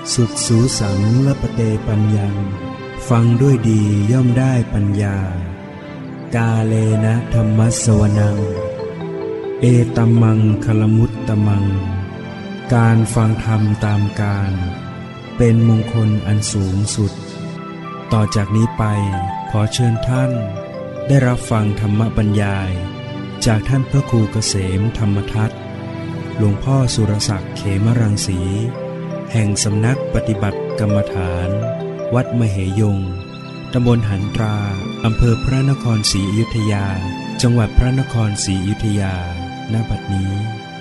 สุดสูสังละปะเตปัญญังฟังด้วยดีย่อมได้ปัญญากาเลนะธรรมัสสวนังเอตัมมังคลมุตตมังการฟังธรรมตามกาลเป็นมงคลอันสูงสุดต่อจากนี้ไปขอเชิญท่านได้รับฟังธรรมบรรยายจากท่านพระครูเกษมธรรมทัศน์หลวงพ่อสุรศักดิ์เขมรังสีแห่งสำนักปฏิบัติกรรมฐานวัดมเหยงตำบลหันตราอำเภอพระนครศรีอยุธยาจังหวัดพระนครศรีอยุธยาณ บัดนี้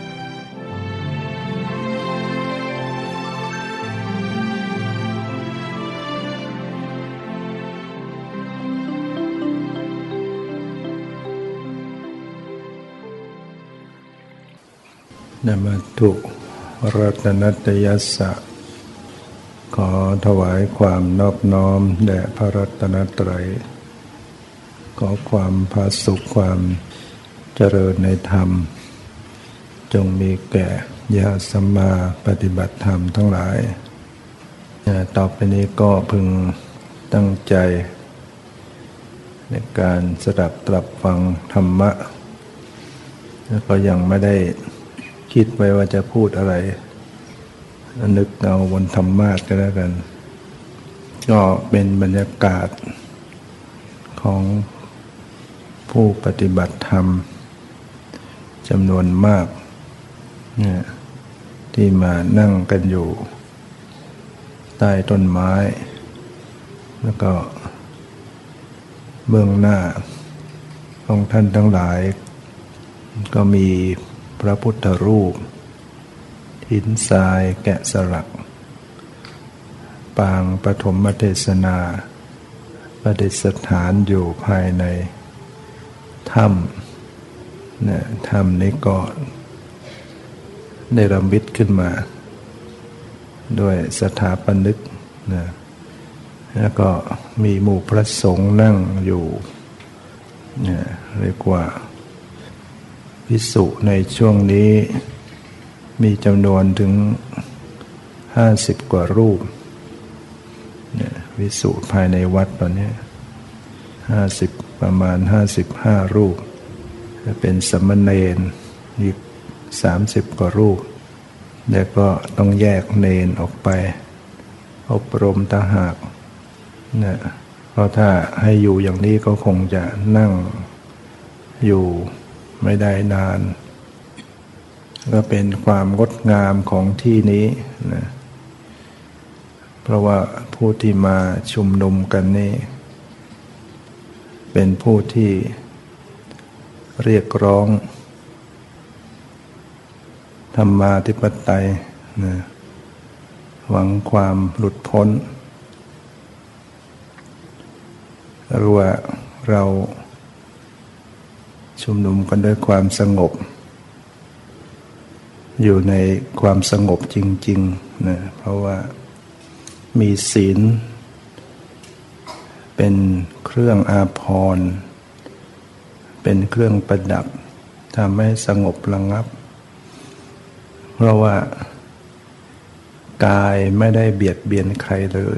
นะมัตถุรัตนัตยัสสะขอถวายความนอบน้อมแด่พระรัตนตรัยขอความผาสุขความเจริญในธรรมจงมีแก่ญาติสัมมาปฏิบัติธรรมทั้งหลายต่อไปนี้ก็พึงตั้งใจในการสดับตรับฟังธรรมะแล้วก็ยังไม่ได้คิดไว้ว่าจะพูดอะไรนึกเอาบนธรรมาสก็แล้วกันก็เป็นบรรยากาศของผู้ปฏิบัติธรรมจำนวนมากเนี่ยที่มานั่งกันอยู่ใต้ต้นไม้แล้วก็เบื้องหน้าของท่านทั้งหลายก็มีพระพุทธรูปหินทรายแกะสลักปางปฐมเทศนาประดิษฐานอยู่ภายในถ้ำเนี่ยถ้ำนี้ก็ได้รำลึกขึ้นมาด้วยสถาปนิกนะแล้วก็มีหมู่พระสงฆ์นั่งอยู่เนี่ยเรียกว่าภิกษุในช่วงนี้มีจำนวนถึง50 กว่ารูปเนี่ยภิกษุภายในวัดตอนนี้ประมาณ55 รูปเป็นสมณเณรอีก30 กว่ารูปแล้วก็ต้องแยกเณรออกไปอบรมตหากเนี่ยเพราะถ้าให้อยู่อย่างนี้ก็คงจะนั่งอยู่ไม่ได้นานก็เป็นความงดงามของที่นี้นะเพราะว่าผู้ที่มาชุมนุมกันนี่เป็นผู้ที่เรียกร้องธรรมาธิปไตยนะหวังความหลุดพ้นหรือว่าเราชุมนุมกันด้วยความสงบอยู่ในความสงบจริงๆนะเพราะว่ามีศีลเป็นเครื่องอาภรณ์เป็นเครื่องประดับทำให้สงบระงับเพราะว่ากายไม่ได้เบียดเบียนใครเลย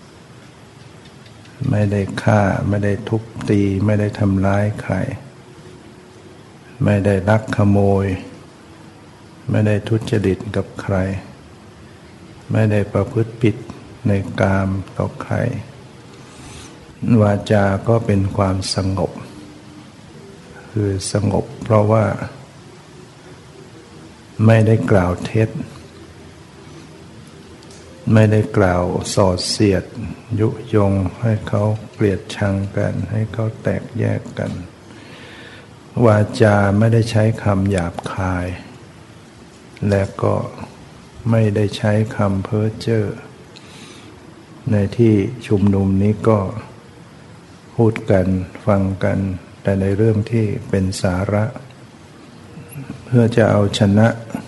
ไม่ได้ฆ่าไม่ได้ทุบตีไม่ได้ทำร้ายใครไม่ได้ลักขโมยไม่ได้ทุจริตกับใครไม่ได้ประพฤติผิดในกามต่อใครวาจาก็เป็นความสงบคือสงบเพราะว่าไม่ได้กล่าวเท็จไม่ได้กล่าวส่อเสียดยุยงให้เขาเกลียดชังกันให้เขาแตกแยกกันวาจาไม่ได้ใช้คำหยาบคายและก็ไม่ได้ใช้คำเพ้อเจ้อในที่ชุมนุมนี้ก็พูดกันฟังกันแต่ในเรื่องที่เป็นสาระเพื่อจะเอาชนะ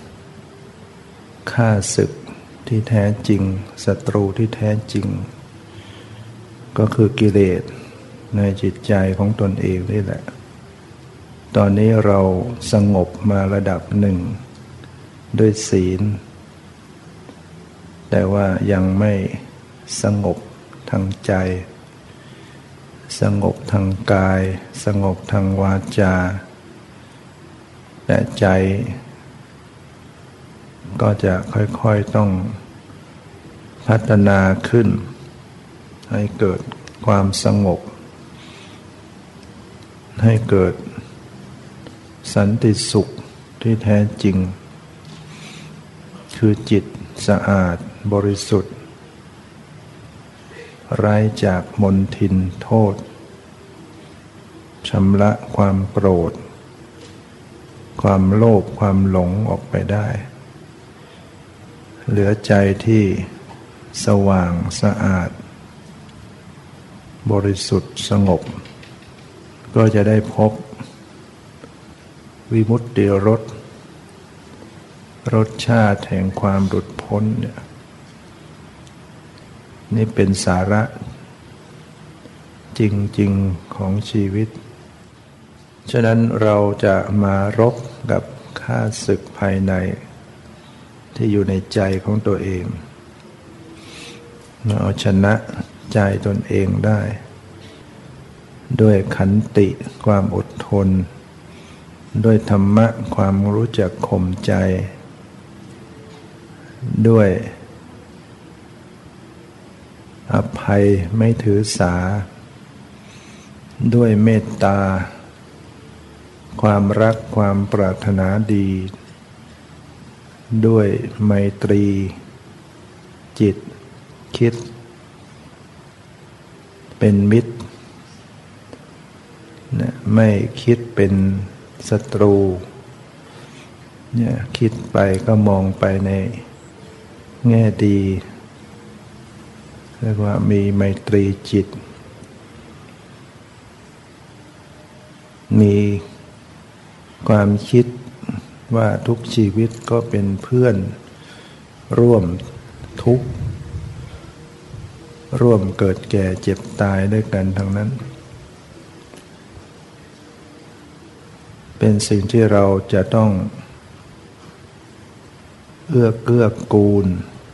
ข้าศึกที่แท้จริงศัตรูที่แท้จริงก็คือกิเลสในจิตใจของตนเองนี่แหละตอนนี้เราสงบมาระดับหนึ่งด้วยศีล แแต่ว่ายังไม่สงบทางใจสงบทางกายสงบทางวาจาแต่ใจก็จะค่อยๆต้องพัฒนาขึ้นให้เกิดความสงบให้เกิดสันติสุขที่แท้จริงคือจิตสะอาดบริสุทธิ์ไร้จากมลทินโทษชำระความโกรธความโลภความหลงออกไปได้เหลือใจที่สว่างสะอาดบริสุทธิ์สงบก็จะได้พบวิมุตติรสรสชาติแห่งความหลุดพ้นเนี่ยนี่เป็นสาระจริงๆของชีวิตฉะนั้นเราจะมารบกับข้าศึกภายในที่อยู่ในใจของตัวเองเอาชนะใจตนเองได้ด้วยขันติความอดทนด้วยธรรมะความรู้จักข่มใจด้วยอภัยไม่ถือสาด้วยเมตตาความรักความปรารถนาดีด้วยไมตรีจิตคิดเป็นมิตรไม่คิดเป็นศัตรูเนี่ยคิดไปก็มองไปในแง่ดีเรียกว่ามีไมตรีจิตมีความคิดว่าทุกชีวิตก็เป็นเพื่อนร่วมทุกข์ร่วมเกิดแก่เจ็บตายด้วยกันทั้งนั้นเป็นสิ่งที่เราจะต้องเอื้อเกื้อกูล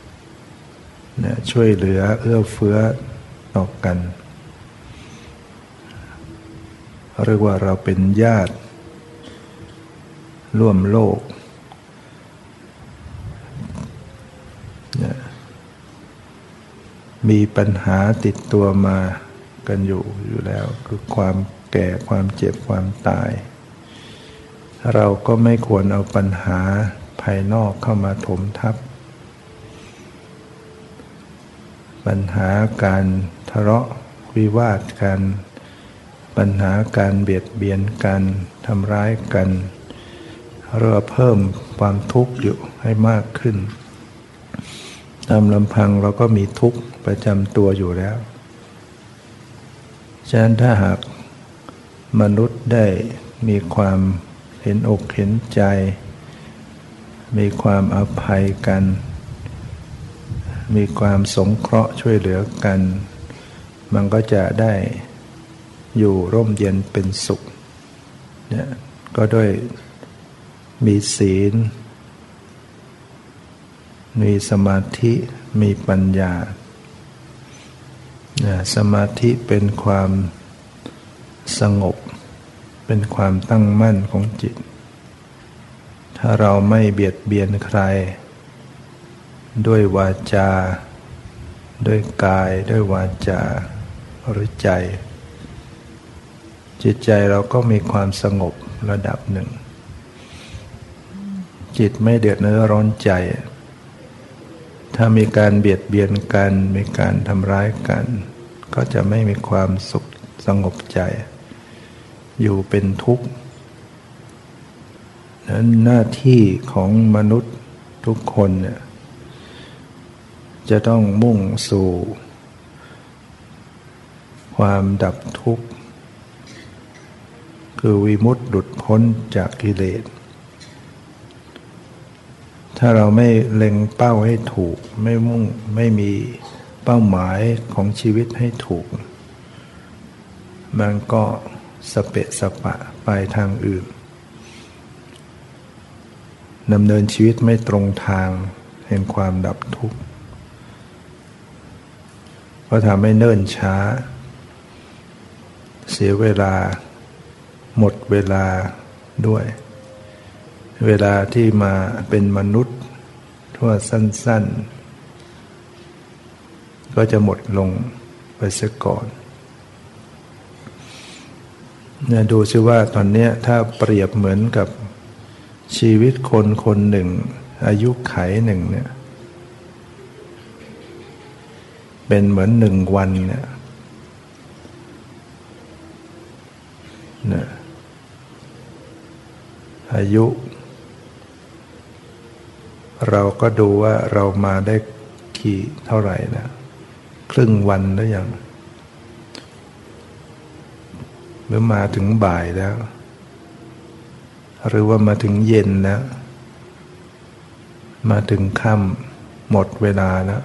ช่วยเหลือเอื้อเฟื้อต่อกันเรียกว่าเราเป็นญาติร่วมโลกมีปัญหาติดตัวมากันอยู่แล้วคือความแก่ความเจ็บความตายเราก็ไม่ควรเอาปัญหาภายนอกเข้ามาถมทับปัญหาการทะเลาะวิวาทกันปัญหาการเบียดเบียนกันทำร้ายกันเราเพิ่มความทุกข์อยู่ให้มากขึ้นตามลำพังเราก็มีทุกข์ประจำตัวอยู่แล้วฉะนั้นถ้าหากมนุษย์ได้มีความเห็นอกเห็นใจมีความอภัยกันมีความสงเคราะห์ช่วยเหลือกันมันก็จะได้อยู่ร่มเย็นเป็นสุขเนี่ยก็ด้วยมีศีลมีสมาธิมีปัญญาสมาธิเป็นความสงบเป็นความตั้งมั่นของจิตถ้าเราไม่เบียดเบียนใครด้วยวาจาด้วยกายด้วยวาจาหรือใจจิตใจเราก็มีความสงบระดับหนึ่งจิตไม่เดือดเนื้อร้อนใจถ้ามีการเบียดเบียนกันมีการทำร้ายกันก็จะไม่มีความสุขสงบใจอยู่เป็นทุกข์นั้นหน้าที่ของมนุษย์ทุกคนเนี่ยจะต้องมุ่งสู่ความดับทุกข์คือวิมุตติหลุดพ้นจากกิเลสถ้าเราไม่เล็งเป้าให้ถูกไม่มีเป้าหมายของชีวิตให้ถูกมันก็สเปะสปะไปทางอื่นดำเนินชีวิตไม่ตรงทางแห่งความดับทุกข์ก็ทำให้เนิ่นช้าเสียเวลาหมดเวลาด้วยเวลาที่มาเป็นมนุษย์ทั่วสั้นๆก็จะหมดลงไปเสียก่อนเนี่ยดูซิว่าตอนนี้ถ้าเปรียบเหมือนกับชีวิตคนคนหนึ่งอายุไขหนึ่งเนี่ยเป็นเหมือนหนึ่งวันเนี่ยอายุเราก็ดูว่าเรามาได้กี่เท่าไหร่แล้วครึ่งวันหรือยังหรือมาถึงบ่ายแล้วหรือว่ามาถึงเย็นแล้วมาถึงค่ำหมดเวลาแล้ว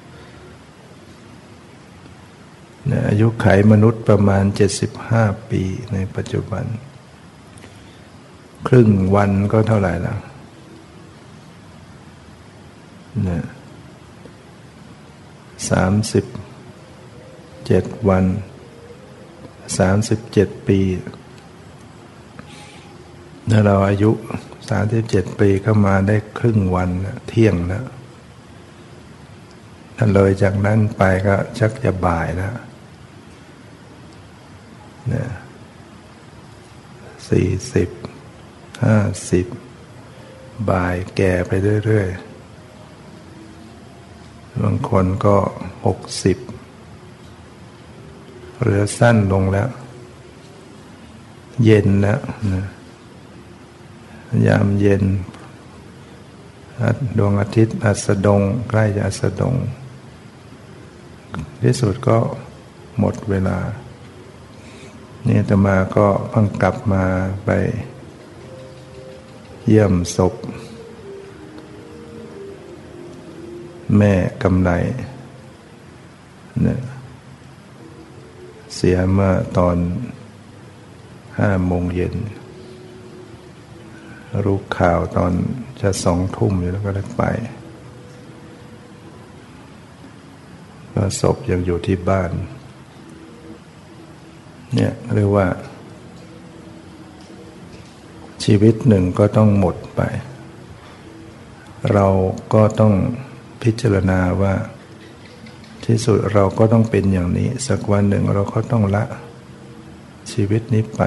อายุไขมนุษย์ประมาณ75 ปีในปัจจุบันครึ่งวันก็เท่าไหร่แล้ว37 วัน37 ปีถ้าเราอายุ37 ปีก็มาได้ครึ่งวันเที่ยงแล้วถ้าเลยจากนั้นไปก็ชักจะบ่ายแล้ว40 50บ่ายแก่ไปเรื่อยๆบางคนก็60เหลือสั้นลงแล้วเย็นแล้วยามเย็นดวงอาทิตย์อัสดงใกล้จะอัสดงที่สุดก็หมดเวลานี่อาตมาก็เพิ่งกลับมาไปเยี่ยมศพแม่กำไลเนี่ยเสียเมื่อตอน5 โมงเย็นรู้ข่าวตอนจะ2 ทุ่มอยู่แล้วก็ได้ไปก็ศพยังอยู่ที่บ้านเนี่ยเรียกว่าชีวิตหนึ่งก็ต้องหมดไปเราก็ต้องพิจารณาว่าที่สุดเราก็ต้องเป็นอย่างนี้สักวันหนึ่งเราก็ต้องละชีวิตนี้ไป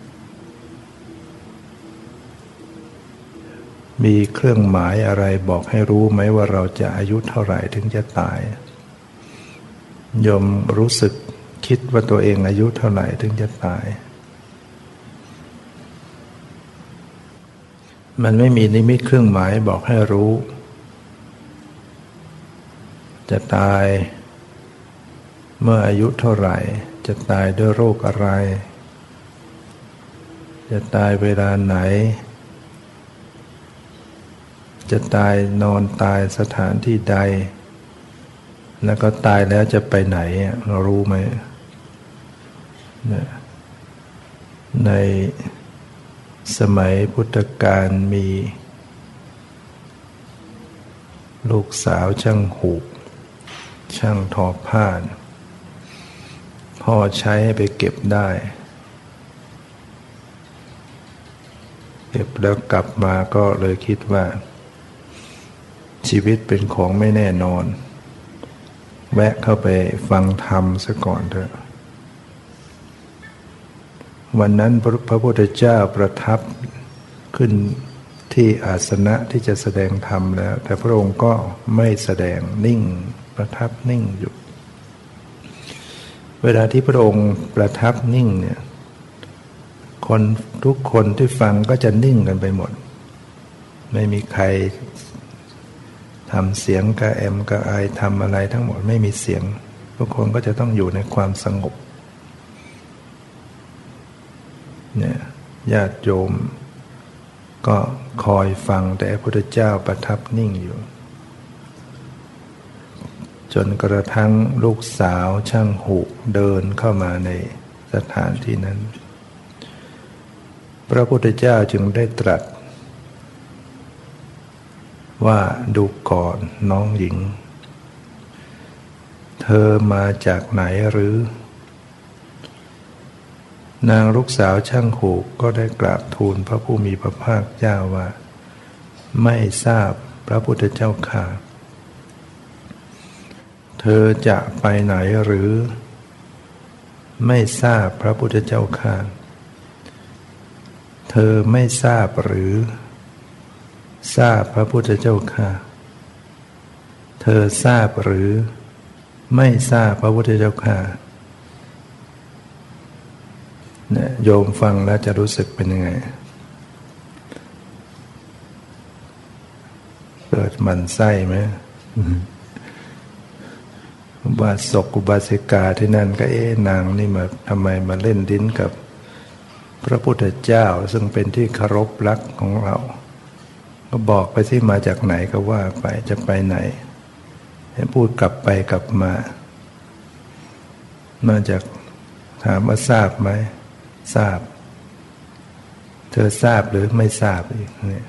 มีเครื่องหมายอะไรบอกให้รู้ไหมว่าเราจะอายุเท่าไหร่ถึงจะตายโยมรู้สึกคิดว่าตัวเองอายุเท่าไหร่ถึงจะตายมันไม่มีนิมิตเครื่องหมายบอกให้รู้จะตายเมื่ออายุเท่าไหร่จะตายด้วยโรคอะไรจะตายเวลาไหนจะตายนอนตายสถานที่ใดแล้วก็ตายแล้วจะไปไหนเรารู้ไหมในสมัยพุทธกาลมีลูกสาวช่างหูกช่างทอผ้าพ่อใช้ให้ไปเก็บได้เก็บแล้วกลับมาก็เลยคิดว่าชีวิตเป็นของไม่แน่นอนแวะเข้าไปฟังธรรมซะก่อนเถอะวันนั้นพระพุทธเจ้าประทับขึ้นที่อาสนะที่จะแสดงธรรมแล้วแต่พระองค์ก็ไม่แสดงนิ่งประทับนิ่งอยู่เวลาที่พระองค์ประทับนิ่งเนี่ยคนทุกคนที่ฟังก็จะนิ่งกันไปหมดไม่มีใครทำเสียงกระแอมกระอายทำอะไรทั้งหมดไม่มีเสียงทุกคนก็จะต้องอยู่ในความสงบเนี่ยญาติโยมก็คอยฟังแต่พระพุทธเจ้าประทับนิ่งอยู่จนกระทั่งลูกสาวช่างหูกเดินเข้ามาในสถานที่นั้นพระพุทธเจ้าจึงได้ตรัสว่าดูก่อนน้องหญิงเธอมาจากไหนหรือ นางลูกสาวช่างหูกก็ได้กราบทูลพระผู้มีพระภาคเจ้าว่าไม่ทราบพระพุทธเจ้าค่ะเธอจะไปไหนหรือไม่ทราบพระพุทธเจ้าค่ะเธอไม่ทราบหรือทราบพระพุทธเจ้าค่ะเธอทราบหรือไม่ทราบพระพุทธเจ้าค่ะเนี่ยโยมฟังแล้วจะรู้สึกเป็นยังไงเกิดหมั่นไส้ไหมอุบาสกอุบาสิกาที่นั่นก็นางนี่มาทำไมมาเล่นดิ้นกับพระพุทธเจ้าซึ่งเป็นที่เคารพรักของเราก็บอกไปที่มาจากไหนก็ว่าไปจะไปไหนให้พูดกลับไปกลับมาจากถามว่าทราบไหมทราบเธอทราบหรือไม่ทราบอีกเนี่ย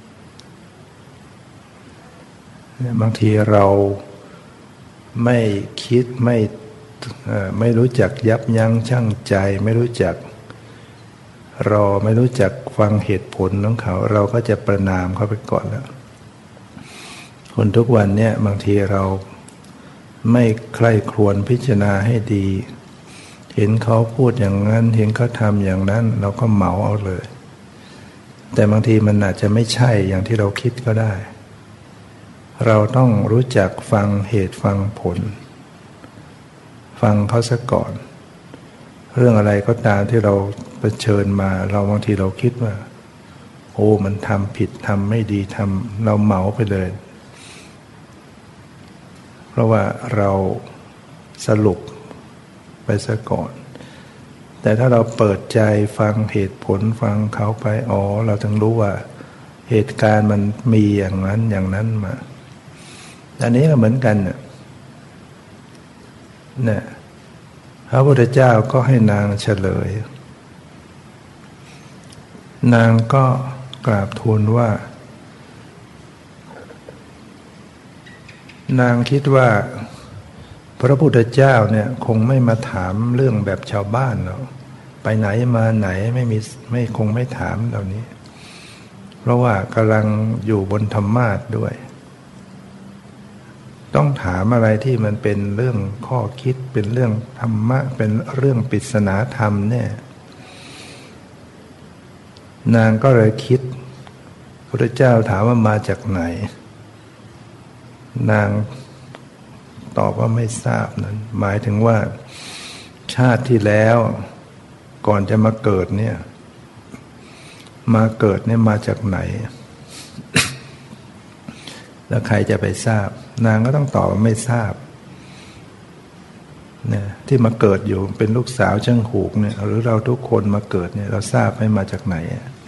บางทีเราไม่คิดไม่รู้จักยับยั้งชั่งใจไม่รู้จักรอไม่รู้จักฟังเหตุผลของเขาเราก็จะประณามเขาไปก่อนแล้วคนทุกวันเนี่ยบางทีเราไม่ใคร่ครวญพิจารณาให้ดีเห็นเขาพูดอย่างนั้นเห็นเขาทำอย่างนั้นเราก็เหมาเอาเลยแต่บางทีมันอาจจะไม่ใช่อย่างที่เราคิดก็ได้เราต้องรู้จักฟังเหตุฟังผลฟังเขาซะก่อนเรื่องอะไรก็ตามที่เราเผชิญมาเราบางทีเราคิดว่าโอ้มันทำผิดทำไม่ดีทำเราเหมาไปเลยเพราะว่าเราสรุปไปซะก่อนแต่ถ้าเราเปิดใจฟังเหตุผลฟังเขาไปเราถึงรู้ว่าเหตุการณ์มันมีอย่างนั้นอย่างนั้นมาอันนี้ก็เหมือนกันเนี่ยพระพุทธเจ้าก็ให้นางเฉลยนางก็กราบทูลว่านางคิดว่าพระพุทธเจ้าเนี่ยคงไม่มาถามเรื่องแบบชาวบ้านหรอกไปไหนมาไหนคงไม่ถามเหล่านี้เพราะว่ากำลังอยู่บนธรรมาสน์ด้วยต้องถามอะไรที่มันเป็นเรื่องข้อคิดเป็นเรื่องธรรมะเป็นเรื่องปริศนาธรรมเนี่ยนางก็เลยคิดพระพุทธเจ้าถามว่ามาจากไหนนางตอบว่าไม่ทราบนั้นหมายถึงว่าชาติที่แล้วก่อนจะมาเกิดเนี่ยมาจากไหนแล้วใครจะไปทราบนางก็ต้องตอบว่าไม่ทราบเนี่ยที่มาเกิดอยู่เป็นลูกสาวช่างหูกเนี่ยหรือเราทุกคนมาเกิดเนี่ยเราทราบไหมมาจากไหน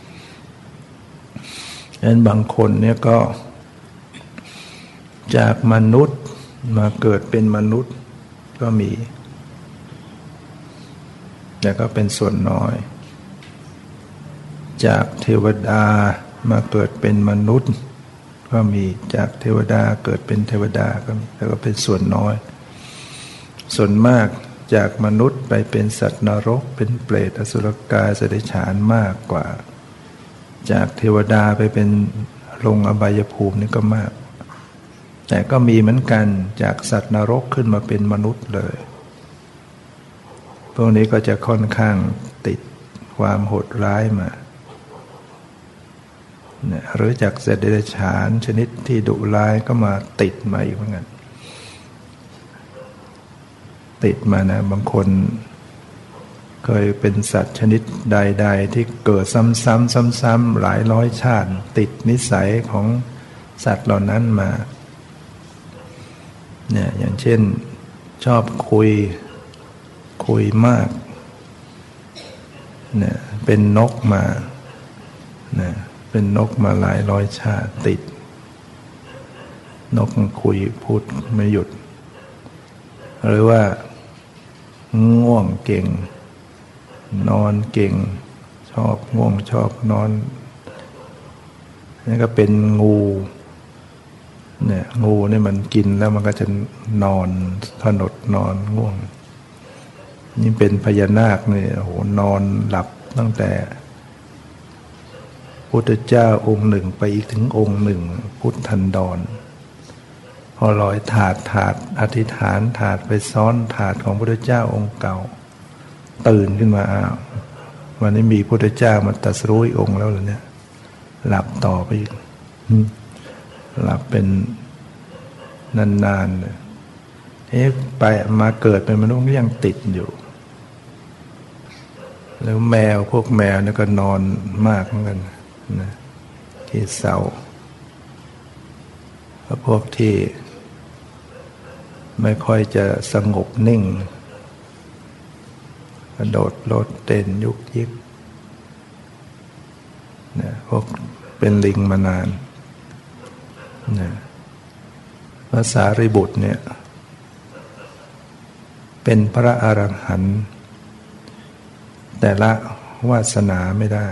ฉะนั้นบางคนเนี่ยก็จากมนุษย์มาเกิดเป็นมนุษย์ก็มีแต่ก็เป็นส่วนน้อยจากเทวดามาเกิดเป็นมนุษย์ก็มีจากเทวดาเกิดเป็นเทวดาก็มีแต่ก็เป็นส่วนน้อยส่วนมากจากมนุษย์ไปเป็นสัตว์นรกเป็นเปรตอสุรกายสัตว์เดรัจฉานมากกว่าจากเทวดาไปเป็นลงอบายภูมินี่ก็มากแต่ก็มีเหมือนกันจากสัตว์นรกขึ้นมาเป็นมนุษย์เลยพวกนี้ก็จะค่อนข้างติดความโหดร้ายมาหรือจากสัตว์เดรัจฉานชนิดที่ดุร้ายก็มาติดมาอีกเหมือนกันติดมานะบางคนเคยเป็นสัตว์ชนิดใดๆที่เกิดซ้ำๆหลายร้อยชาติติดนิสัยของสัตว์เหล่านั้นมาเนี่ยอย่างเช่นชอบคุยมากเนี่ยเป็นนกมาเนี่ยเป็นนกมาหลายร้อยชาติติดนกคุยพูดไม่หยุดหรือว่าง่วงเก่งนอนเก่งชอบง่วงชอบนอนนี่ก็เป็นงูเนี่ยงูเนี่ยมันกินแล้วมันก็จะนอนถนดนอนง่วงนี่เป็นพญานาคเนี่ยโอ้โหนอนหลับตั้งแต่พุทธเจ้าองค์หนึ่งไปอีกถึงองค์หนึ่งพุทธันดรพอลอยถาดอธิษฐานถาดไปซ้อนถาดของพุทธเจ้าองค์เก่าตื่นขึ้นมาอ้าววันนี้มีพุทธเจ้ามาตรัสรู้อีกองค์แล้วเหรอเนี่ยหลับต่อไปอีกหลับเป็นนานๆเลยไปมาเกิดเป็นมนุษย์ก็ยังติดอยู่แล้วแมวพวกแมวเนี่ยก็นอนมากเหมือนกันนะที่เสาแล้วพวกที่ไม่ค่อยจะสงบนิ่งกระโดดโลดเต้นยุกยิกนะพวกเป็นลิงมานานนะพระสารีบุตรเนี่ยเป็นพระอรหันต์แต่ละวาสนาไม่ได้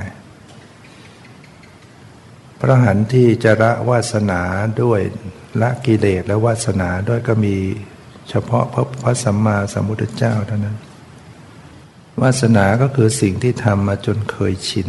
พระอรหันต์ที่จะละวาสนาด้วยละกิเลสและวาสนาด้วยก็มีเฉพาะพระสัมมาสัมพุทธเจ้าเท่านั้นวาสนาก็คือสิ่งที่ทำมาจนเคยชิน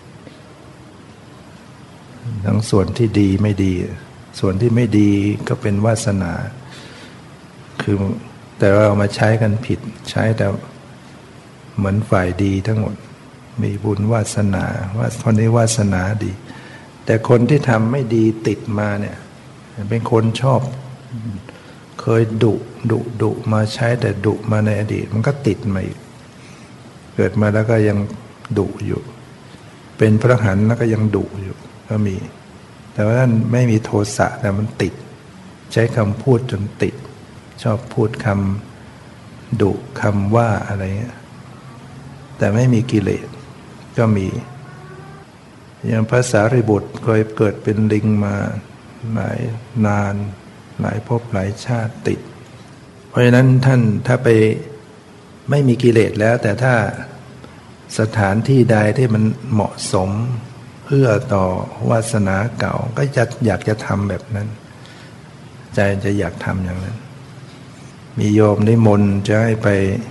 ทั้งส่วนที่ดีไม่ดีส่วนที่ไม่ดีก็เป็นวาสนาคือแต่เรามาใช้กันผิดใช้แต่เหมือนฝ่ายดีทั้งหมดมีบุญวาสนาว่าคนนี้วาสนาดีแต่คนที่ทำไม่ดีติดมาเนี่ยเป็นคนชอบเคยดุมาใช้แต่ดุมาในอดีตมันก็ติดมาอีกเกิดมาแล้วก็ยังดุอยู่เป็นพระอรหันต์แล้วก็ยังดุอยู่ก็มีแต่ว่าท่านไม่มีโทสะแต่มันติดใช้คำพูดจนติดชอบพูดคำดุคำว่าอะไรเงี้ยแต่ไม่มีกิเลสก็มีอย่างพระสารีบุตรเคยเกิดเป็นลิงมาหลายนานหลายภพหลายชาติติดเพราะฉะนั้นท่านถ้าไปไม่มีกิเลสแล้วแต่ถ้าสถานที่ใดที่มันเหมาะสมเพื่อต่อวาสนาเก่าก็จะอยากจะทำแบบนั้นใจจะอยากทำอย่างนั้นมีโยมนิมนต์จะให้ไป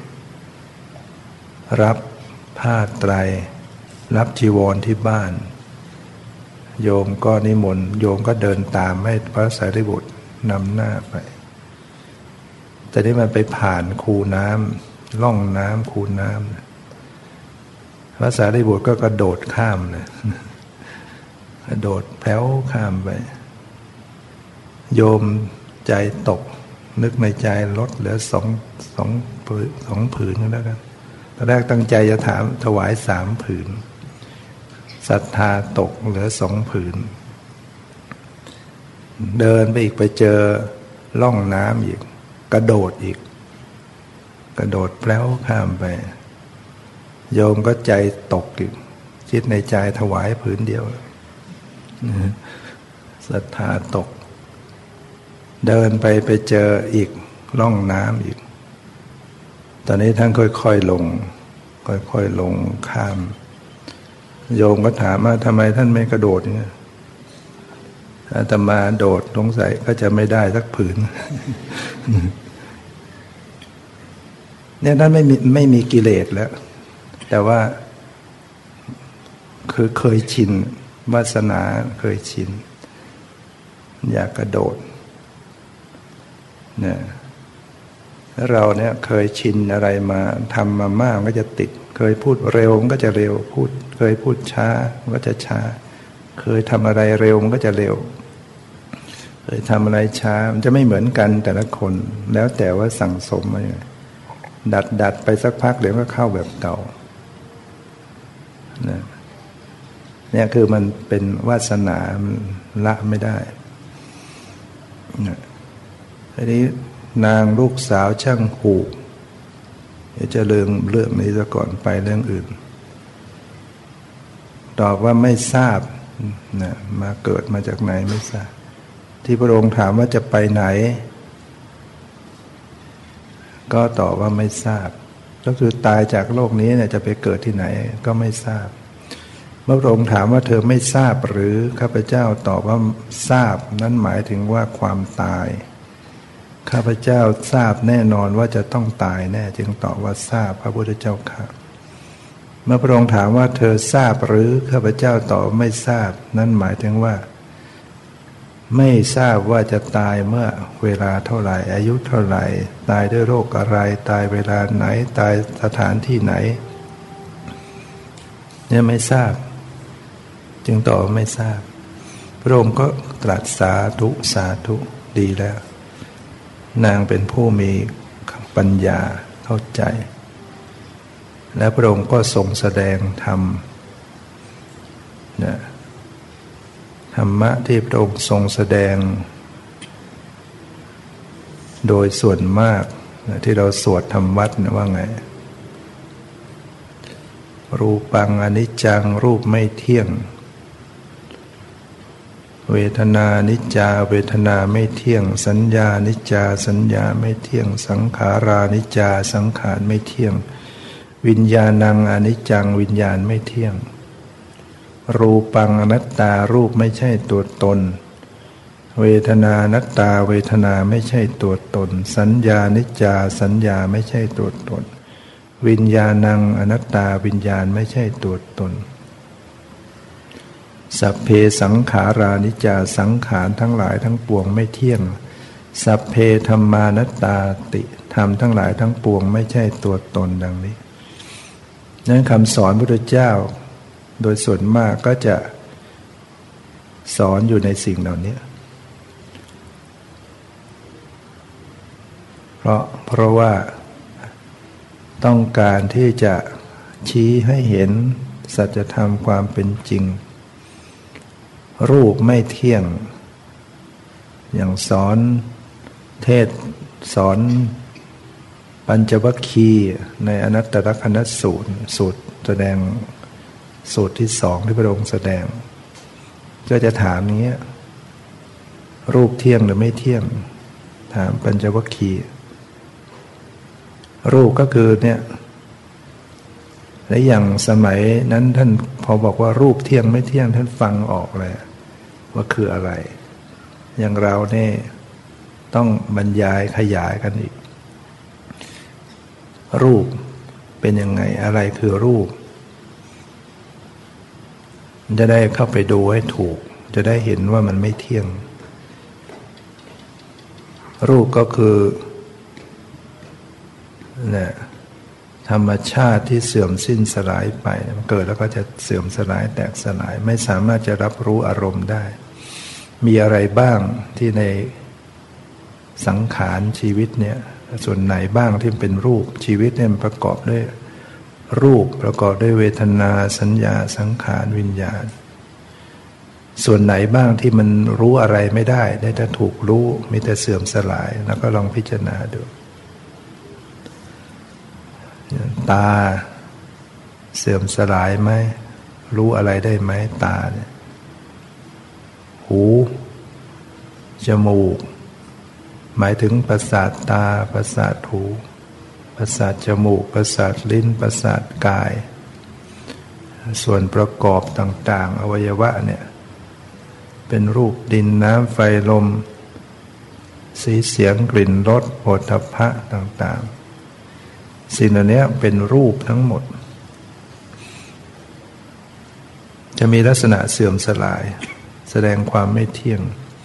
รับผ้าไตรรับจีวรที่บ้านโยมก็นิมนต์โยมก็เดินตามให้พระสารีบุตรนำหน้าไปแต่ที่มันไปผ่านคูน้ำล่องน้ำคูน้ำพระสารีบุตรก็กระโดดข้ามเลยกระโดดแผ่วข้ามไปโยมใจตกนึกในใจลดเหลือสองผืนก็แล้วกันตอนแรกตั้งใจจะถวาย3 ผืนศรัทธาตกเหลือ2 ผืนเดินไปอีกไปเจอล่องน้ำอีกกระโดดอีกกระโดดแปล้วข้ามไปโยมก็ใจตกอีกคิดในใจถวายผืนเดียวศรัทธาตกเดินไปเจออีกล่องน้ำอีกตอนนี้ท่านค่อยๆลงข้ามโยมก็ถามว่าทำไมท่านไม่กระโดดเนี่ยอาตมาโดดสงสัยก็จะไม่ได้สักผืนเนี่ยท่านไม่มีกิเลสแล้วแต่ว่าคือเคยชินวาสนาเคยชินอยากกระโดดเนี่ยเราเนี่ยเคยชินอะไรมาทำมามากก็จะติดเคยพูดเร็วมันก็จะเร็วเคยพูดช้ามันก็จะช้าเคยทำอะไรเร็วมันก็จะเร็วเคยทำอะไรช้ามันจะไม่เหมือนกันแต่ละคนแล้วแต่ว่าสั่งสมมาดัดไปสักพักเดี๋ยวก็เข้าแบบเก่าเนี่ยคือมันเป็นวาสนามันละไม่ได้ทีนี้นางลูกสาวช่างหูเดี๋ยวจะเรื่องนี้ซะก่อนไปเรื่องอื่นตอบว่าไม่ทราบนะมาเกิดมาจากไหนไม่ทราบที่พระองค์ถามว่าจะไปไหนก็ตอบว่าไม่ทราบก็คือตายจากโลกนี้เนี่ยจะไปเกิดที่ไหนก็ไม่ทราบเมื่อพระองค์ถามว่าเธอไม่ทราบหรือข้าพเจ้าตอบว่าทราบนั่นหมายถึงว่าความตายข้าพเจ้าทราบแน่นอนว่าจะต้องตายแน่จึงตอบว่าทราบพระพุทธเจ้าค่ะเมื่อพระองค์ถามว่าเธอทราบหรือข้าพเจ้าตอบไม่ทราบนั่นหมายถึงว่าไม่ทราบว่าจะตายเมื่อเวลาเท่าไหร่อายุเท่าไหร่ตายด้วยโรคอะไรตายเวลาไหนตายสถานที่ไหนเนี่ยไม่ทราบจึงตอบไม่ทราบพระองค์ก็ตรัสสาธุสาธุดีแล้วนางเป็นผู้มีปัญญาเข้าใจและพระองค์ก็ทรงแสดงธรรมนะธรรมะที่พระองค์ทรงแสดงโดยส่วนมากที่เราสวดธรรมวัดนะว่าไงรูปังอนิจจังรูปไม่เที่ยงเวทนานิจจาเวทนาไม่เที่ยงสัญญานิจจาสัญญาไม่เที่ยงสังขารานิจจาสังขารไม่เที่ยงวิญญาณังอนิจจังวิญญาณไม่เที่ยงรูปังอนัตตารูปไม่ใช่ตัวตนเวทนานัตตาเวทนาไม่ใช่ตัวตนสัญญานิจจาสัญญาไม่ใช่ตัวตนวิญญาณังอนัตตาวิญญาณไม่ใช่ตัวตนสัพเพสังขารานิจจาสังขารทั้งหลายทั้งปวงไม่เที่ยงสัพเพธัมมานัตตาติธรรมทั้งหลายทั้งปวงไม่ใช่ตัวตนดังนี้นั้นคำสอนพระพุทธเจ้าโดยส่วนมากก็จะสอนอยู่ในสิ่งเหล่านี้เพราะว่าต้องการที่จะชี้ให้เห็นสัจธรรมความเป็นจริงรูปไม่เที่ยงอย่างสอนเทศสอนปัญจวัคคีย์ในอนัตตลักขณสูตรแสดงสูตรที่สองที่พระองค์แสดงก็จะถามอย่างเงี้ยรูปเที่ยงหรือไม่เที่ยงถามปัญจวัคคีย์รูปก็คือเนี่ยและอย่างสมัยนั้นท่านพอบอกว่ารูปเที่ยงไม่เที่ยงท่านฟังออกเลยว่าคืออะไรอย่างเราเนี่ยต้องบรรยายขยายกันอีกรูปเป็นยังไงอะไรคือรูปจะได้เข้าไปดูให้ถูกจะได้เห็นว่ามันไม่เที่ยงรูปก็คือเนี่ยธรรมชาติที่เสื่อมสิ้นสลายไปมันเกิดแล้วก็จะเสื่อมสลายแตกสลายไม่สามารถจะรับรู้อารมณ์ได้มีอะไรบ้างที่ในสังขารชีวิตเนี่ยส่วนไหนบ้างที่เป็นรูปชีวิตเนี่ยประกอบด้วยรูปประกอบด้วยเวทนาสัญญาสังขารวิญญาณส่วนไหนบ้างที่มันรู้อะไรไม่ได้ได้แต่ถูกรู้มีแต่เสื่อมสลายแล้วก็ลองพิจารณาดูตาเสื่อมสลายไหมรู้อะไรได้ไหมตาเนี่ยหูจมูกหมายถึงประสาทตาประสาทหูประสาทจมูกประสาทลิ้นประสาทกายส่วนประกอบต่างๆอวัยวะเนี่ยเป็นรูปดินน้ำไฟลมสีเสียงกลิ่นรสโผฏฐัพพะต่างๆสิ่งเหล่านี้เป็นรูปทั้งหมดจะมีลักษณะเสื่อมสลายแสดงความไม่เที่ยง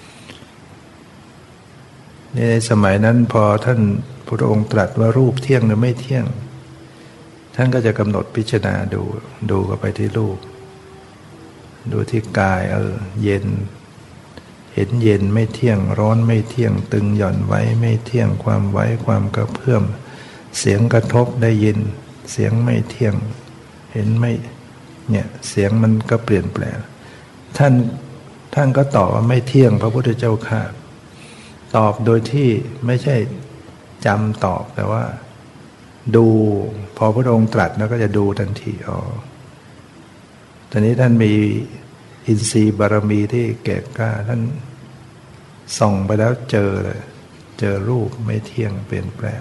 ในสมัยนั้นพอท่านพระองค์ตรัสว่ารูปเที่ยงหรือไม่เที่ยงท่านก็จะกำหนดพิจารณาดูเข้าไปที่รูปดูที่กายเย็นเห็นเย็นไม่เที่ยงร้อนไม่เที่ยงตึงหย่อนไว้ไม่เที่ยงความไว้ความกระเพื่อมเสียงกระทบได้ยินเสียงไม่เที่ยงเห็นไม่เนี่ยเสียงมันก็เปลี่ยนแปลงท่านก็ตอบว่าไม่เที่ยงพระพุทธเจ้าข้าตอบโดยที่ไม่ใช่จำตอบแต่ว่าดูพอพระองค์ตรัสแล้วก็จะดูทันทีตอนนี้ท่านมีอินทรีย์บารมีที่แก่กล้าท่านส่องไปแล้วเจอเลยเจอรูปไม่เที่ยงเปลี่ยนแปลง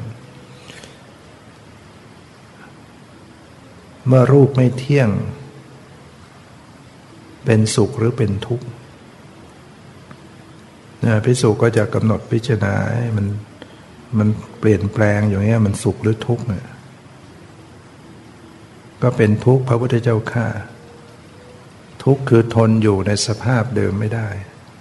เมื่อรูปไม่เที่ยงเป็นสุขหรือเป็นทุกข์ภิกษุก็จะกำหนดพิจารณาให้มันเปลี่ยนแปลงอย่างนี้มันสุขหรือทุกข์เนี่ยก็เป็นทุกข์พระพุทธเจ้าข้าทุกข์คือทนอยู่ในสภาพเดิมไม่ได้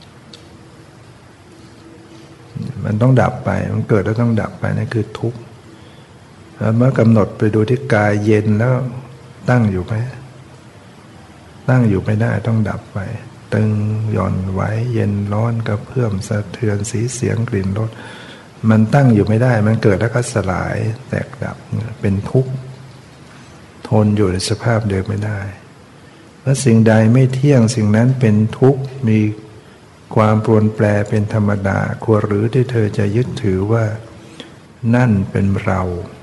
มันต้องดับไปมันเกิดแล้วต้องดับไปนั่นคือทุกข์แล้วเมื่อกำหนดไปดูที่กายเย็นแล้วตั้งอยู่ไหมตั้งอยู่ไม่ได้ต้องดับไปตึงหย่อนไหวเย็นร้อนกระเพื่อมสะเทือนสีเสียงกลิ่นรสมันตั้งอยู่ไม่ได้มันเกิดแล้วก็สลายแตกดับเป็นทุกข์ทนอยู่ในสภาพเดิมไม่ได้เมื่อสิ่งใดไม่เที่ยงสิ่งนั้นเป็นทุกข์มีความปรวนแปรเป็นธรรมดาควรหรือที่เธอจะยึดถือว่านั่นเป็นเรา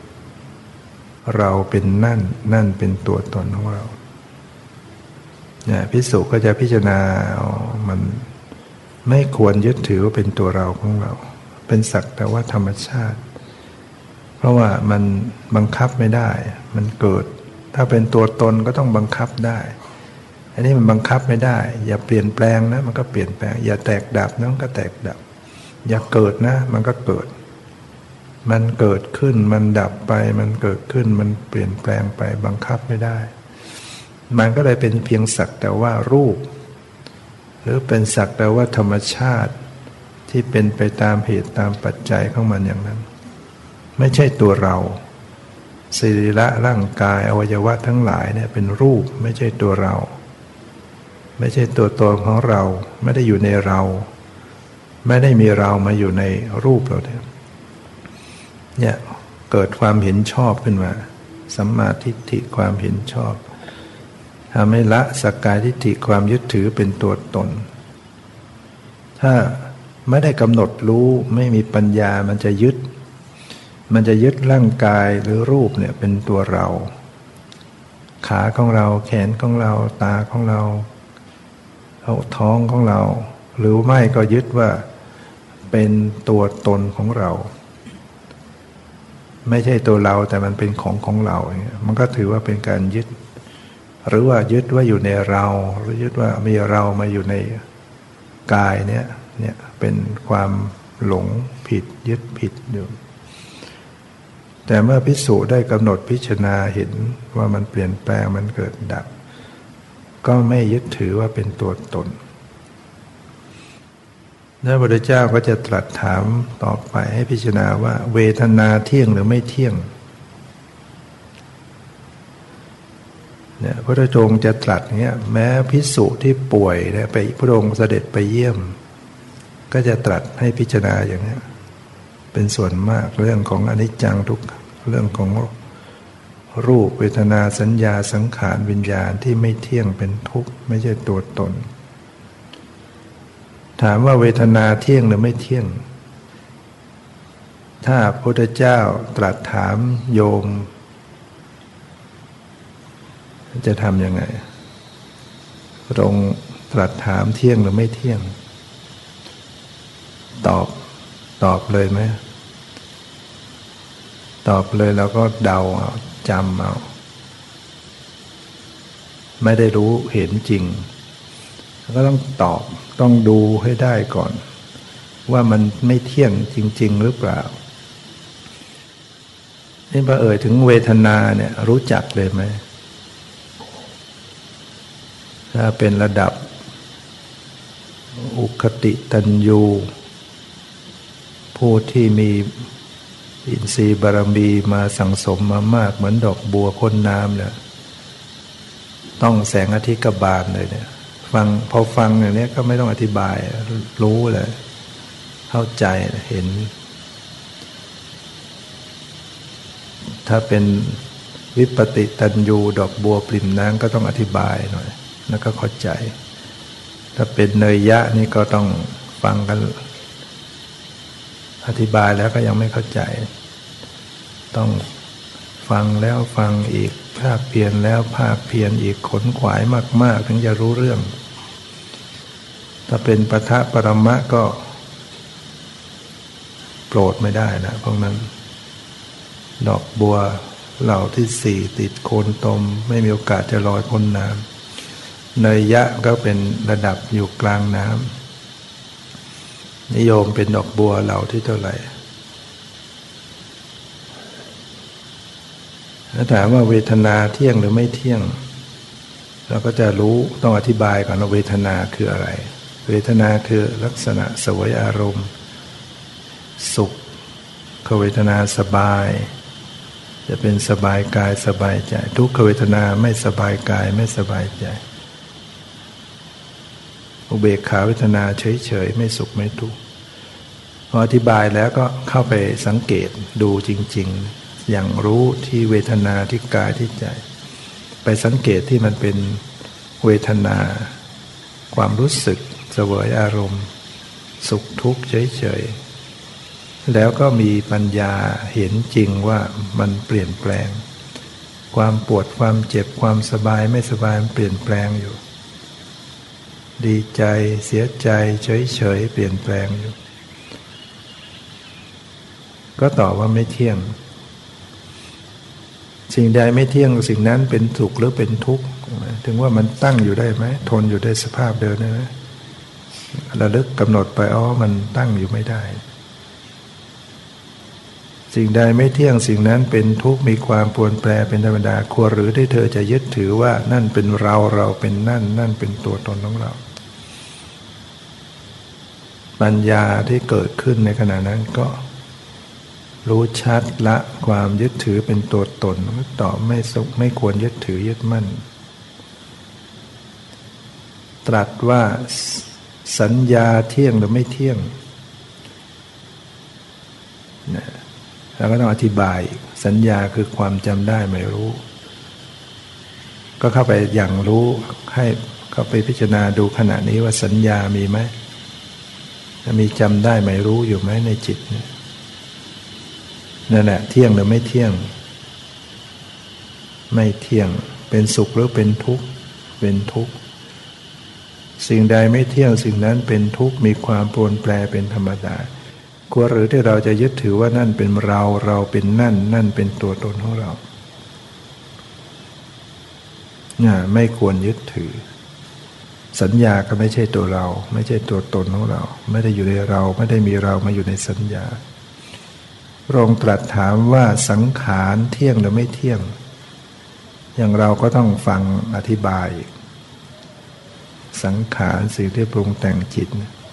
เป็นนั่นเป็นตัวตนของเราเนี่ยภิกษุก็จะพิจารณามันไม่ควรยึดถือว่าเป็นตัวเราของเราเป็นสักแต่ว่าธรรมชาติเพราะว่ามันบังคับไม่ได้มันเกิดถ้าเป็นตัวตนก็ต้องบังคับได้อันนี้มันบังคับไม่ได้อย่าเปลี่ยนแปลงนะมันก็เปลี่ยนแปลงอย่าแตกดับนะมันก็แตกดับอย่าเกิดนะมันก็เกิดมันเกิดขึ้นมันดับไปมันเกิดขึ้นมันเปลี่ยนแปลงไปบังคับไม่ได้มันก็เลยเป็นเพียงสักแต่ว่ารูปหรือเป็นสักแต่ว่าธรรมชาติที่เป็นไปตามเหตุตามปัจจัยของมันอย่างนั้นไม่ใช่ตัวเราสรีระร่างกายอวัยวะทั้งหลายเนี่ยเป็นรูปไม่ใช่ตัวเราไม่ใช่ตัวตนของเราไม่ได้อยู่ในเราไม่ได้มีเรามาอยู่ในรูปเราเนี่ยเกิดความเห็นชอบขึ้นมาสัมมาทิฏฐิความเห็นชอบทำให้ละสักกายทิฏฐิความยึดถือเป็นตัวตนถ้าไม่ได้กำหนดรู้ไม่มีปัญญามันจะยึดร่างกายหรือรูปเนี่ยเป็นตัวเราขาของเราแขนของเราตาของเราท้องของเราหรือไม่ก็ยึดว่าเป็นตัวตนของเราไม่ใช่ตัวเราแต่มันเป็นของเราอย่างเงี้ยมันก็ถือว่าเป็นการยึดหรือว่ายึดว่าอยู่ในเราหรือยึดว่ามีเรามาอยู่ในกายเนี่ยเป็นความหลงผิดยึดผิดอยู่แต่เมื่อภิกษุได้กำหนดพิจารณาเห็นว่ามันเปลี่ยนแปลงมันเกิดดับก็ไม่ยึดถือว่าเป็นตัวตนพระพุทธเจ้าก็จะตรัสถามต่อไปให้พิจารณาว่าเวทนาเที่ยงหรือไม่เที่ยงเนี่ยพระองค์จะตรัสอย่างเงี้ยแม้ภิกษุที่ป่วยเนี่ยไปพระองค์เสด็จไปเยี่ยมก็จะตรัสให้พิจารณาอย่างนี้เป็นส่วนมากเรื่องของอนิจจังทุกขังเรื่องของรูปเวทนาสัญญาสังขารวิญญาณที่ไม่เที่ยงเป็นทุกข์ไม่ใช่ตัวตนถามว่าเวทนาเที่ยงหรือไม่เที่ยงถ้าพระพุทธเจ้าตรัสถามโยมจะทำยังไงพระองค์ตรัสถามเที่ยงหรือไม่เที่ยงตอบเลยไหมตอบเลยแล้วก็เดาเอาจำเอาไม่ได้รู้เห็นจริงก็ต้องตอบต้องดูให้ได้ก่อนว่ามันไม่เที่ยงจริงๆหรือเปล่านี่พอเอ่ยถึงเวทนาเนี่ยรู้จักเลยไหมถ้าเป็นระดับอุคติตัญญูผู้ที่มีอินทรีย์บารมีมาสั่งสมมามากเหมือนดอกบัวพ้นน้ำเนี่ยต้องแสงอาทิตย์กบาลเลยเนี่ยพอฟังอย่างนี้ก็ไม่ต้องอธิบายรู้เลยเข้าใจเห็นถ้าเป็นวิปติตัญญูดอกบัวปริ่มน้ำก็ต้องอธิบายหน่อยแล้วก็เข้าใจถ้าเป็นเนยยะนี่ก็ต้องฟังกันอธิบายแล้วก็ยังไม่เข้าใจต้องฟังแล้วฟังอีกภาคเพียรแล้วภาคเพียรอีกขนขวายมากๆถึงจะรู้เรื่องถ้าเป็นปทะปรมะก็โปรดไม่ได้นะพวกนั้นดอกบัวเหล่าที่สี่ติดโคนตมไม่มีโอกาสจะลอยพ้นน้ำเนยยะก็เป็นระดับอยู่กลางน้ำนิยมเป็นดอกบัวเหล่าที่เท่าไหร่ถ้าถามว่าเวทนาเที่ยงหรือไม่เที่ยงเราก็จะรู้ต้องอธิบายก่อนว่าเวทนาคืออะไรเวทนาคือลักษณะเสวยอารมณ์สุขขเวทนาสบายจะเป็นสบายกายสบายใจทุกขเวทนาไม่สบายกายไม่สบายใจอุเบกขาเวทนาเฉยๆไม่สุขไม่ทุกข์พออธิบายแล้วก็เข้าไปสังเกตดูจริงๆอย่างรู้ที่เวทนาที่กายที่ใจไปสังเกตที่มันเป็นเวทนาความรู้สึกเสวยอารมณ์สุขทุกข์เฉยๆแล้วก็มีปัญญาเห็นจริงว่ามันเปลี่ยนแปลงความปวดความเจ็บความสบายไม่สบายมันเปลี่ยนแปลงอยู่ดีใจเสียใจเฉยๆเปลี่ยนแปลงอยู่ก็ตอบว่าไม่เที่ยงสิ่งใดไม่เที่ยงสิ่งนั้นเป็นสุขหรือเป็นทุกข์ถึงว่ามันตั้งอยู่ได้ไหมทนอยู่ได้สภาพเดิมได้ไหมระลึกกำหนดไปมันตั้งอยู่ไม่ได้สิ่งใดไม่เที่ยงสิ่งนั้นเป็นทุกข์มีความปรวนแปรเป็นธรรมดาควรหรือที่เธอจะยึดถือว่านั่นเป็นเราเราเป็นนั่นเป็นตัวตนของเราปัญญาที่เกิดขึ้นในขณะนั้นก็รู้ชัดละความยึดถือเป็นตัวตนต่อไม่ควรยึดถือยึดมั่นตรัสว่าสัญญาเที่ยงหรือไม่เที่ยงนะแล้วก็ต้องอธิบายสัญญาคือความจำได้ไม่รู้ก็เข้าไปอย่างรู้ให้เข้าไปพิจารณาดูขณะนี้ว่าสัญญามีไหมมีจำได้ไม่รู้อยู่ไหมในจิตนั่นแหละเที่ยงหรือไม่เที่ยงไม่เที่ยงเป็นสุขหรือเป็นทุกข์เป็นทุกข์สิ่งใดไม่เที่ยงสิ่งนั้นเป็นทุกข์มีความปรวนแปรเป็นธรรมดาควรหรือที่เราจะยึดถือว่านั่นเป็นเราเราเป็นนั่นเป็นตัวตนของเราไม่ควรยึดถือสัญญาก็ไม่ใช่ตัวเราไม่ใช่ตัวตนของเราไม่ได้อยู่ในเราไม่ได้มีเรามาอยู่ในสัญญาพระองค์ตรัสถามว่าสังขารเที่ยงหรือไม่เที่ยงอย่างเราก็ต้องฟังอธิบายสังขารสิ่งที่ปรุงแต่งจิต